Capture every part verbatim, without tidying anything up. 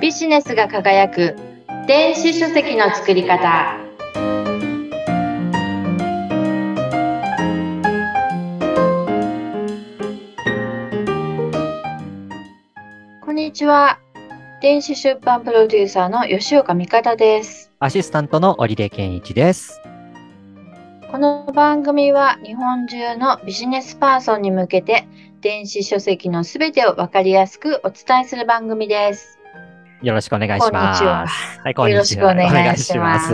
ビジネスが輝く電子書籍の作り方。こんにちは。電子出版プロデューサーの吉岡美方です。 アシスタントの織出健一です。 この番組は日本中のビジネスパーソンに向けて電子書籍のすべてを分かりやすくお伝えする番組です。 よろしくお願いしこんにちは。 ます。はい、こんよろにちは。 しくお願お願いしいします。 ます。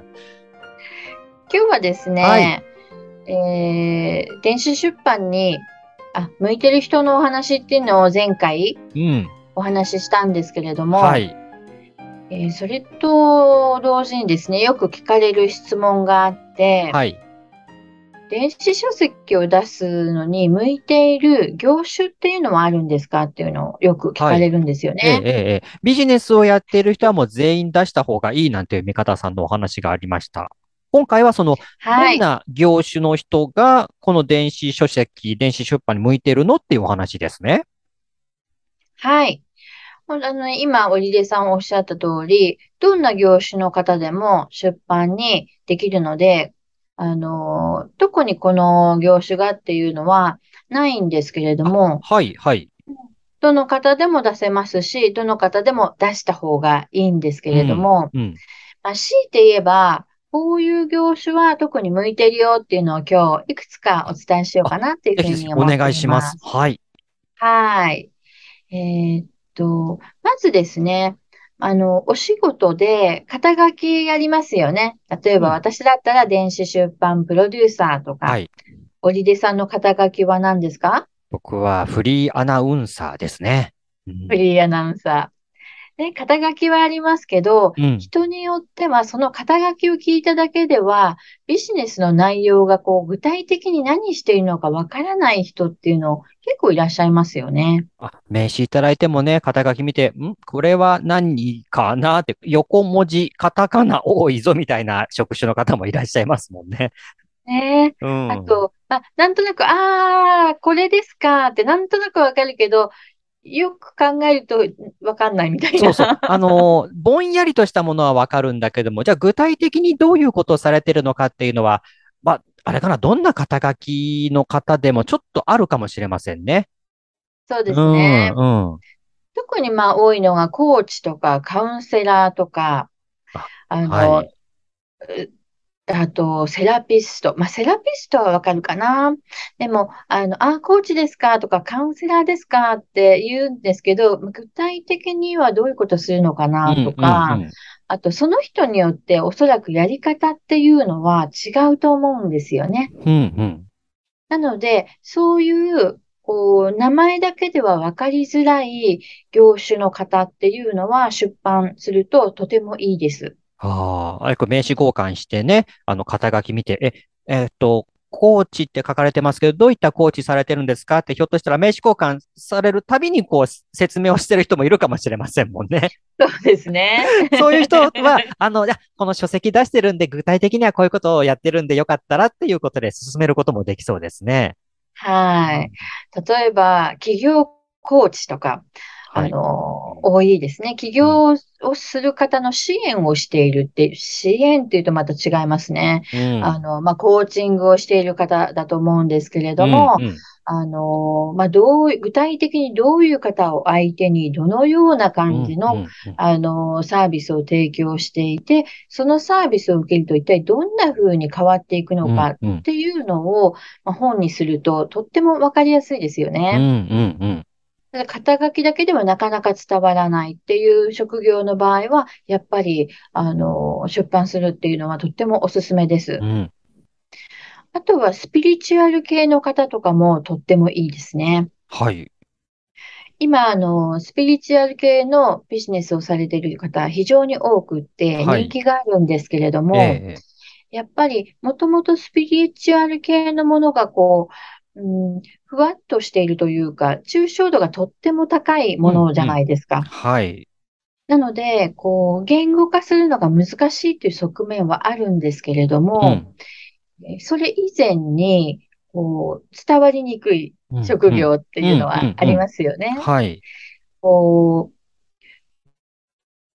今日はですはい。 ね、えー電子出版にあ向いてる人のお話っていうのを前回うん。 お話ししたんですけれども、 はい。 えーそれと同時にですね、よく聞かれる質問があって、 はい。 電子書籍を出すのに向いている業種っていうのはあるんですかっていうのをよく聞はい。 かれるんですよええ、えね。 え、ええビジネスをやっている人はもう全員出した方がいいなんていう見方さんのお話がありました。今回はその、どはい。 んな業種の人がこの電子書籍、電子出版に向いているのっていうお話ですね。 はい。ほんあの、今、織出さんおっしゃった通り、どんな業種の方でも出版にできるので、あの、特にこの業種がっていうのはないんですけれどあ、 も、 はい、はい。 どの方でも出せますし、どの方でも出した方がいいんですけれどうん、 も、 うん。 まあ、強いて言えば、こういう業種は特に向いてるよっていうのを今日いくつかお伝えしようかあ、 なっていうぜひぜひおふうに思って願いします。 います。 はい。 はい。えーっと、まずですね、あの、お仕事で肩書きやりますよね。例えばうん。 私だったら電子出版プロデューサーとか、 はい。 織出さんの肩書きは何ですか？ 僕はフリーアナウンサーですね。うん。 フリーアナウンサー。で、肩書きはありますけど、 うん。 人によってはその肩書きを聞いただけでは、ビジネスの内容がこう具体的に何しているのかわからない人っていうの結構いらっしゃいますよね。 あ、名刺いただいてもね、肩書き見て、んこれは何かなって、横文字、カタカナ多いぞみたいな職種の方もいらっしゃいますもんね。 ねえ。 うん。 あと、まあ、なんとなく、ああ、これですかってなんとなくわかるけど、よく考えるとわかんないみたいそうそう。あな。 のーぼんやりとしたものはわかるんだけども、じゃあ具体的にどういうことをされてるのかっていうのは、まあ、あれかな、どんな肩書きの方でもちょっとあるかもしれませんね。 そううですね。 ん、うん。 特にまあ多いのがコーチとかカウンセラーとか、 あ、 あの、 はい。 あと、セラピスト。まあ、セラピストはわかるかな。でも、あの、あ、コーチですかとか、カウンセラーですかって言うんですけど、具体的にはどういうことするのかなとうん、うん、うか、 ん。 あと、その人によっておそらくやり方っていうのは違うと思うんですよね。 うん、うん。 なので、そういう、こう、名前だけでは分かりづらい業種の方っていうのは出版するととてもいいです。 ああ、あれ、これ名刺交換してね、あの、肩書き見て、え、えーっと、コーチって書かれてますけど、どういったコーチされてるんですかって、ひょっとしたら名刺交換されるたびに、こう、説明をしてる人もいるかもしれませんもんね。 そうですね。 そういう人は、あの、いや、この書籍出してるんで、具体的にはこういうことをやってるんでよかったらっていうことで進めることもできそうですね。うはい。 ん。 例えば、企業コーチとか、あはい。うの、 ん。 多いですね。起うん。 業をする方の支援をしているって、支援っていうとまた違いますね。 うん。 あの、まあ、コーチングをしている方だと思うんですけれうん。 ども、 うん。 あの、まあ、どう、具体的にどういう方を相手に、どのようなうん。 感じの、 うん。うん。 あの、サービスを提供していて、そのサービスを受けると一体どんな風に変わっていくのうん。 かっうん。 ていうのを、まあ、本にするととってもわかりやすいですようん。 ね。 うん。 ただ肩書きだけではなかなか伝わらないっていう職業の場合は、やっぱり、あの、出版するっていうのはとってもおすすめです。 うん。 あとはスピリチュアル系の方とかもとってもいいですね。 はい。 今、あの、スピリチュアル系のビジネスをされている方、非常に多くってはい。 人気があるんですけれども、 ええ。 やっぱり、もともとスピリチュアル系のものが、こう、うん、ふわっとしているというか、抽象度がとっても高いうん。 ものじゃなうん。 いですか。 はい。 なので、こう、言語化するのが難しいという側面はあるんですけれども、 うん。 えそれ以前に、こう、伝わりにくいうん。 職うん。 業っていうのうん。うん。 はありまうん。 すよね。 はい。 こう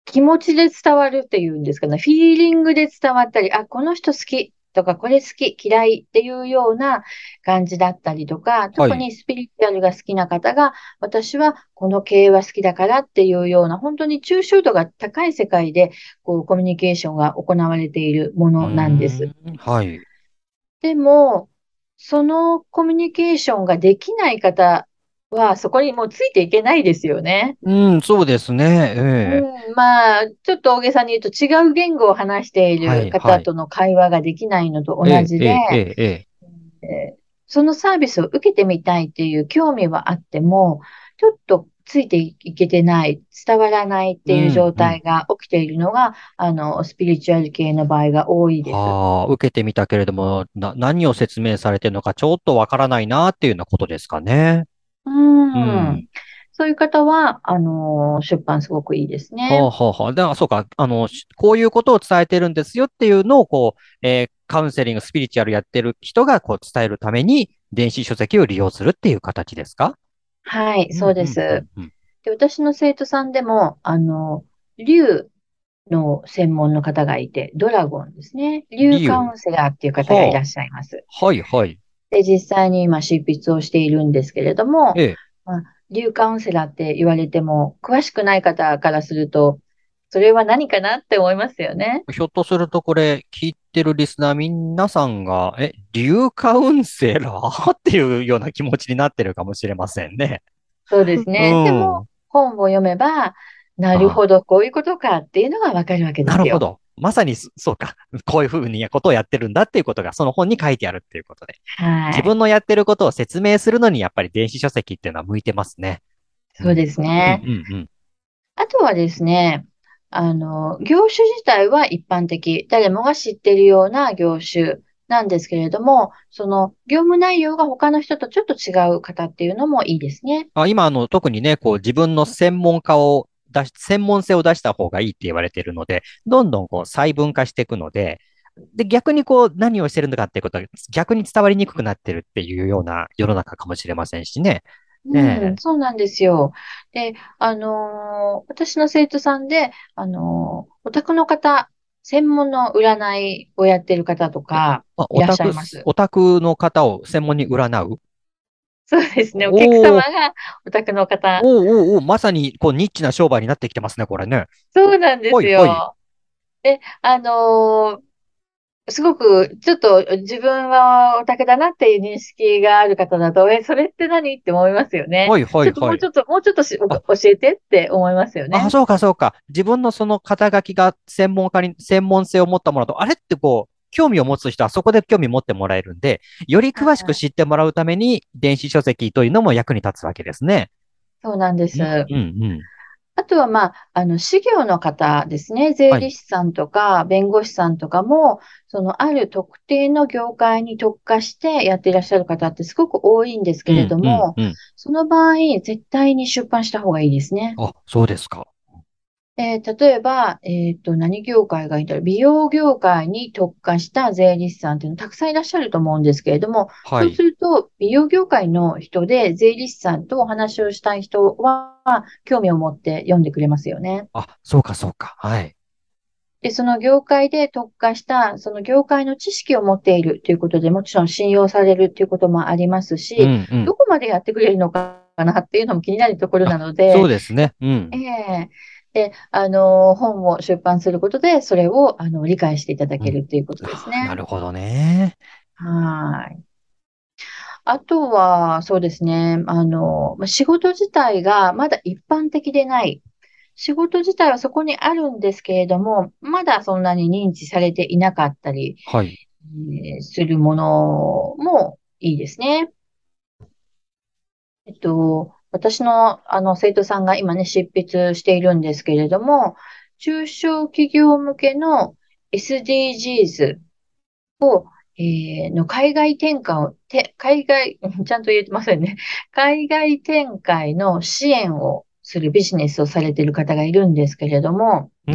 気持ちで伝わるっていうんですかね、フィーリングで伝わったり、あ、この人好きとか、これ好き、嫌いっていうような感じだったりとか、 はい。 特にスピリチュアルが好きな方が、私はこの系は好きだからっていうような、本当に抽象度が高い世界で、こう、コミュニケーションが行われているもうーのなんです。 ん。はい。 でも、そのコミュニケーションができない方は、そこにもうついていけないですよね。 うん、そうですね。ええ。 うん、まあ、ちょっと大げさに言うと違う言語を話していはい、はい。 る方との会話ができないのとええ、 同じで、 ええ、ええ、ええ。 えーそのサービスを受けてみたいっていう興味はあっても、ちょっとついていけてない、伝わらないっていううん、うん。 状態が起きているのが、あの、スピリチュアル系の場合が多いです。 はあ、受けてみたけれども、な、何を説明されてるのかちょっとわからないなっていうようなことですかね。 ううん。 ん。 そういう方は、あの、出版すごくいいですね。 はあ、はあ、はあ。だから、そうか、あの、しこういうことを伝えてるんですよっていうのを、こう、えーカウンセリング、スピリチュアルやってる人が、こう、伝えるために、電子書籍を利用するっていう形ですか？ はい、 うん、 そううん、うです。 ん、うん。 で、私の生徒さんでも、あの、竜の専門の方がいて、ドラゴンですね。竜理由。 カウンセラーっていう方がいらはっしゃいます。 あ、はい、はい。 で、実際に今執筆をしているんですけれども、 ええ。 まあ、竜カウンセラーって言われても、詳しくない方からすると、それは何かなって思いますよね。 ひょっとすると、これ、聞いてるリスナー皆さんが、え、リュウカウンセラーっていうような気持ちになってるかもしれませんね。 そうですうね。でも、 ん。 本を読めば、なるほあど、こういうことかっていうのがわかるわけあ、 ですよ。 なるほど。まさにそそうか。こういうふうにことをやってるんだっていうことが、その本に書いてあるっていうことで。自分はい。 のやってることを説明するのに、やっぱり電子書籍っていうのは向いてますね。うん。 そうですうん、うね。 ん、うん。 あとはですね、あの、業種自体は一般的、誰もが知っているような業種なんですけれども、その業務内容が他の人とちょっと違う方っていうのもいいですね。 あ、今、あの、特にね、こう、自分の専門家を出し、専門性を出した方がいいって言われているので、どんどんこう、細分化していくので、で、逆にこう、何をしてるのかっていうことが逆に伝わりにくくなってるっていうような世の中かもしれませんしね。 うん、 ええ。 そうなんですよ。で、あのー私の生徒さんで、あのーお宅の方、専門の占いをやってる方とかあ、 いらっしゃオタク、 います。 オタクの方を専門に占う。 そうですね。お客おー、 様がお宅の方。 おー、おー、おー、まさにこう、ニッチな商売になってきてますね、これね。 そうなんでほいほい。 すよ。で、あのーすごく、ちょっと自分はオタクだなっていう認識がある方だと、え、それって何って思いますよね。 ほいほちょいほい。 っともうちょっと、もうちょっとしお教あ、 えてって思いますよあ、 ね。 そうか、そうか。自分のその肩書きが専門家に、専門性を持ったものと、あれってこう、興味を持つ人はそこで興味を持ってもらえるんで、より詳しく知ってもらうために、電子書籍というのも役に立つわけですね。 そうなんでうん、 す。 うん、うん。 あとは、まあ、あの、事業の方ですね。税はい。 理士さんとか、弁護士さんとかも、その、ある特定の業界に特化してやっていらっしゃる方ってすごく多いんですけれうん、うん、 ども、 うん。 その場合、絶対に出版した方がいいですね。 あ、そうですか。 えー例えば、えっと、何業界がいたら、美容業界に特化した税理士さんっていうのたくさんいらっしゃると思うんですけれども、そうすはい。 ると、美容業界の人で税理士さんとお話をしたい人は、興味を持って読んでくれますよね。 あ、そうか、そうか。はい。 で、その業界で特化した、その業界の知識を持っているということで、もちろん信用されるということもありますし、 うん、うん。 どこまでやってくれるのかなっていうのも気になるところなあ、 ので、 そうですね。うえん。 えで、あの、本を出版することで、それを、あの、理解していただうん。 けるということですあ、なね。 るほどね。 はい。あとは、そうですね、あの、まあ仕事自体がまだ一般的でない。仕事自体はそこにあるんですけれども、まだそんなに認知されていなかったり、 はい。 えーするものもいいですね。えっと、私の、あの、生徒さんが今ね、執筆しているんですけれども、中小企業向けの エスディージーズ を、えーの海外展開を、て、海外、ちゃんと言えてませんね。海外展開の支援をするビジネスをされている方がいるんですけれども、 うん。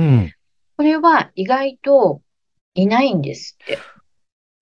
これは意外といないんですって。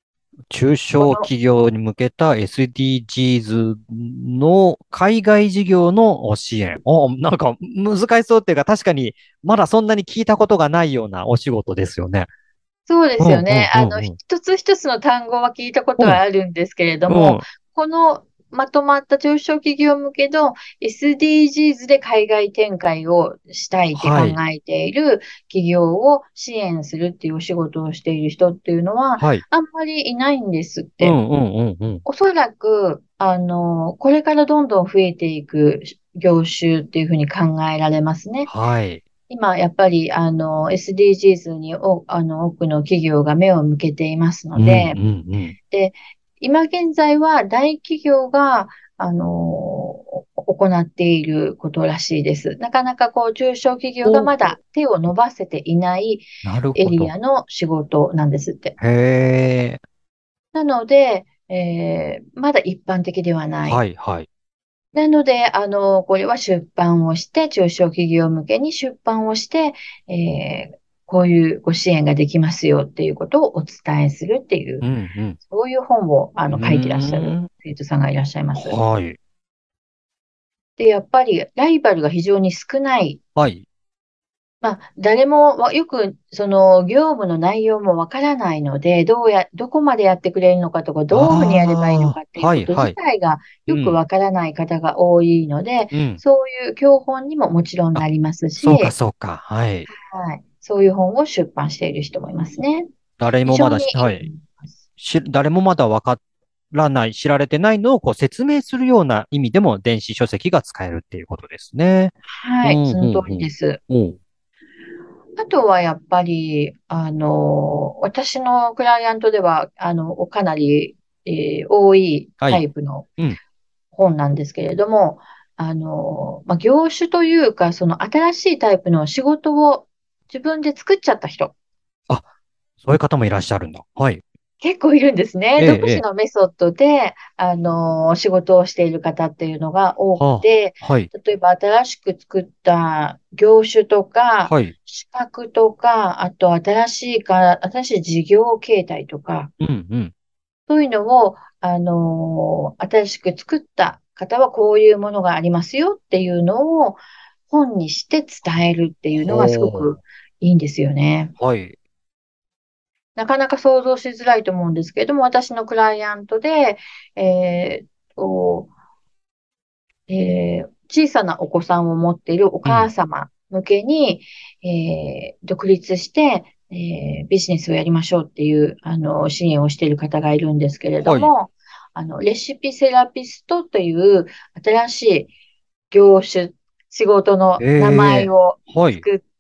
中小この、 企業に向けた エスディージーズ の海外事業の支援。お、なんか難しそうっていうか、確かにまだそんなに聞いたことがないようなお仕事ですよね。 そうでうん、うん、 すよね。 うん、 あの、 うん。 一つ一つの単語は聞いたことうん、 はあるんですけれども、 うん。 このまとまった中小企業向けの エスディージーズ で海外展開をしたいって考はい、 えている企業を支援するっていうお仕事をしている人っていうのは、 はい。 あんまりいないんですって。 うん、うん、うん、うん。 おそらく、あの、これからどんどん増えていく業種っていうふうに考えられますね。 はい。 今、やっぱり、あの、エスディージーズ にお、あの、多くの企業が目を向けていますうん、うので、 ん、うん。 で、今現在は大企業が、あの、行っていることらしいです。なかなかこう、中小企業がまほうほう。 だ手を伸ばせていないなるほど。 エリアの仕事なんですって。 へえ。 なので、えーまだ一般的ではない。 はい、はい。 なので、あの、これは出版をして、中小企業向けに出版をして、えーこういうご支援ができますよっていうことをお伝えするっていう、 うん、うん。 そういう本をあうの書いてらっしゃるーん。 生徒さんがいらっしゃいます。 はい。 で、やっぱりライバルが非常に少ない。 はい。 まあ、誰もわよく、その、業務の内容もわからないので、どうや、どこまでやってくれるのかとか、どういうふうにやればいいのああ、 かっていうはい、 こと自はい。 体がよくうん、 わからない方が多いので、 うん。 そういう教本にももちろんあ、 なりますそうか、 し、 そうか。はい。 はい。そういう本を出版している人もいますね。非常誰もまだし、はい。 にいいと思います。 し、誰もまだわからない、知られてないのをこう説明するような意味でも電子書籍が使えるっていうことですね。うはい。 ん、 その通うん、うん。 りです。 おう。 あとはやっぱり、あの、私のクライアントでは、あの、かなり、えー多いはい。 タイプのうん。 本なんですけれども、あの、まあ、業種というか、その新しいタイプの仕事を自分で作っちゃった人。 あ、そういう方もいらっしゃるんだ。はい。 結構いるんですね。 ええ、 独自ええ。 のメソッドで、あの、仕事をしている方っていうのが多くはて、 あ、はい。 例えば新しく作った業種とか、 はい。 資格とか、あと新しいか、新しい事業形態とか、 うん、うん。 そういうのを、あの、新しく作った方はこういうものがありますよっていうのを本にして伝えるっていうのがすごくほいいんですよね。 う。はい。 なかなか想像しづらいと思うんですけれども、私のクライアントで、えーっと、えー小さなお子さんを持っているおうん。 母様向けに、えー独立して、えービジネスをやりましょうっていう、あの、支援をしている方がいるんですけれどはい。 も、あの、レシピセラピストという新しい業種、仕事のえ名前え、 をはい。 作って、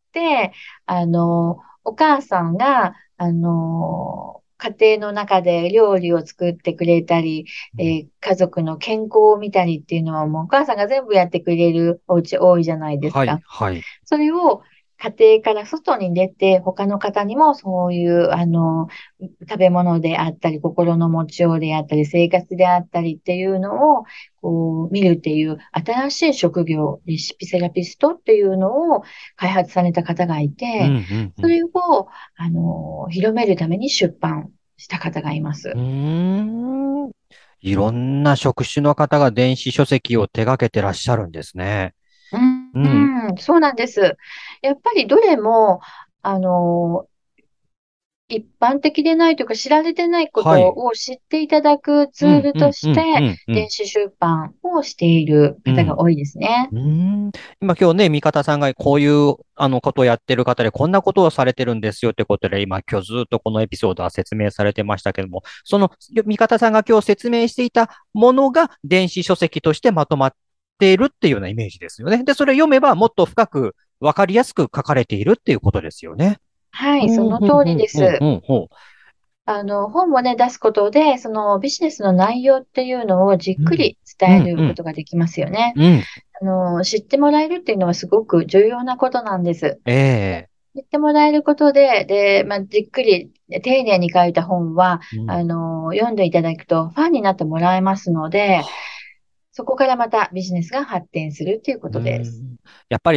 あの、お母さんが、あの、家庭の中で料理を作ってくれたり、えうん。 ー家族の健康を見たりっていうのはもうお母さんが全部やってくれるお家多いじゃないですはい、 か。 はい。 それを家庭から外に出て、他の方にもそういう、あの、食べ物であったり、心の持ちようであったり、生活であったりっていうのを、こう、見るっていう新しい職業、レシピセラピストっていうのを開発された方がいうん、 て、 うん、うそん。 れを、あの、広めるために出版した方がいまうす。 ーん。いろんな職種の方が電子書籍を手掛けてらっしゃるんですね。 うん、 うん。 うんそうなんです。やっぱりどれも、あの、一般的でないというか知られてないことはい。 を知っていただくツうん、 ールうん、うん、うとしてん、うん。 電子出版をしているうん。 方が多いですね。 うーん。今今日ね、味方さんがこういうあのことをやってる方でこんなことをされてるんですよってことで、今今日ずっとこのエピソードは説明されてましたけども、その味方さんが今日説明していたものが電子書籍としてまとまっているっていうようなイメージですよね。で、それを読めばもっと深くわかりやすく書かれているっていうことですよね。 はい、そうん、うん、 の通りうん、うん、 です。 うん、うん。 あの、本をね、出すことで、そのビジネスの内容っていうのをじっうん、 くり伝えうん、うん、 ることができますよね。 うん。 あの、知ってもらえるっていうのはすごく重要なことなんです。 えでえ。 知ってもらえることで、で、まあ、じっくり丁寧に書いた本は、 うん。 あの、読んでいただくとファンになってもらえますので、そこからまたビジネスが発展するっていうこうとです。 ん。やっぱりでも、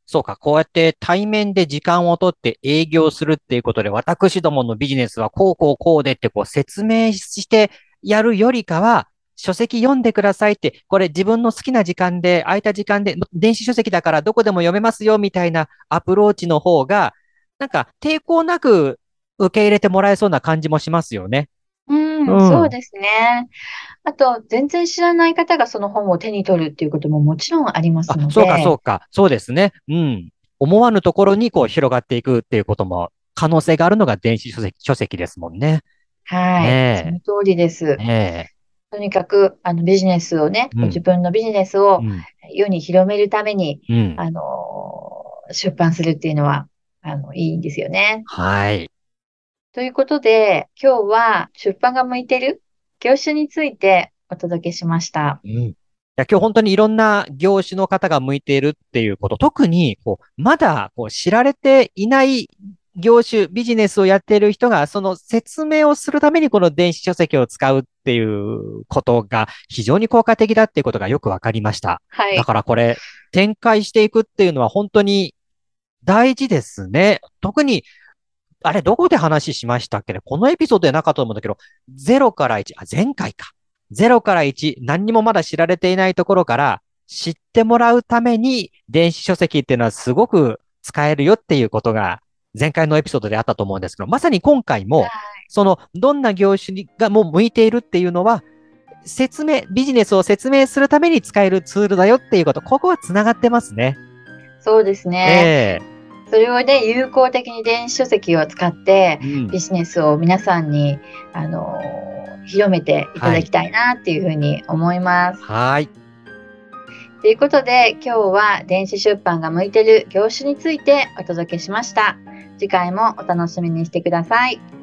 そうか、こうやって対面で時間をとって営業するっていうことで、私どものビジネスはこうこうこうでってこう説明してやるよりかは、書籍読んでくださいって、これ自分の好きな時間で、空いた時間で、電子書籍だからどこでも読めますよみたいなアプローチの方が、なんか抵抗なく受け入れてもらえそうな感じもしますよね。 うん、そううん。 ですね。あと、全然知らない方がその本を手に取るっていうことももちろんありますあ、そうか、そので、 うか。そうですね。うん。思わぬところにこう広がっていくっていうことも可能性があるのが電子書籍、書籍ですもんね。 はい、そのね通りでえ。 す。 ねとにかく、あの、ビジネスをね、 え。うん。 ご自分のビジネスをうん。 世に広めるために、 うん。 あの、出版するっていうのは、あの、いいんですよね。 はい。 ということで、今日は出版が向いてる業種についてお届けしました。 うん。いや、今日本当にいろんな業種の方が向いているっていうこと、特にこうまだこう知られていない業種、ビジネスをやっている人が、その説明をするためにこの電子書籍を使うっていうことが非常に効果的だっていうことがよくわかりました。だはい。 からこれ、展開していくっていうのは本当に大事ですね。特に、あれ、どこで話しましたっけね、このエピソードでなかったと思うんだけど、ゼロからいち、あ、前回か。ゼロからいち、何にもまだ知られていないところから知ってもらうために電子書籍っていうのはすごく使えるよっていうことが前回のエピソードであったと思うんですけど、まさに今回も、そのどんな業種がもう向いているっていうのは、説明、ビジネスを説明するために使えるツールだよっていうこと、ここはつながってますね。 そうですね。 ええ、 それをね、有効的に電子書籍を使ってうん。 ビジネスを皆さんに、あの、広めていたはい。 だきたいなっていうふうに思います。 はい。 ということで、今日は電子出版が向いてる業種についてお届けしました。次回もお楽しみにしてください。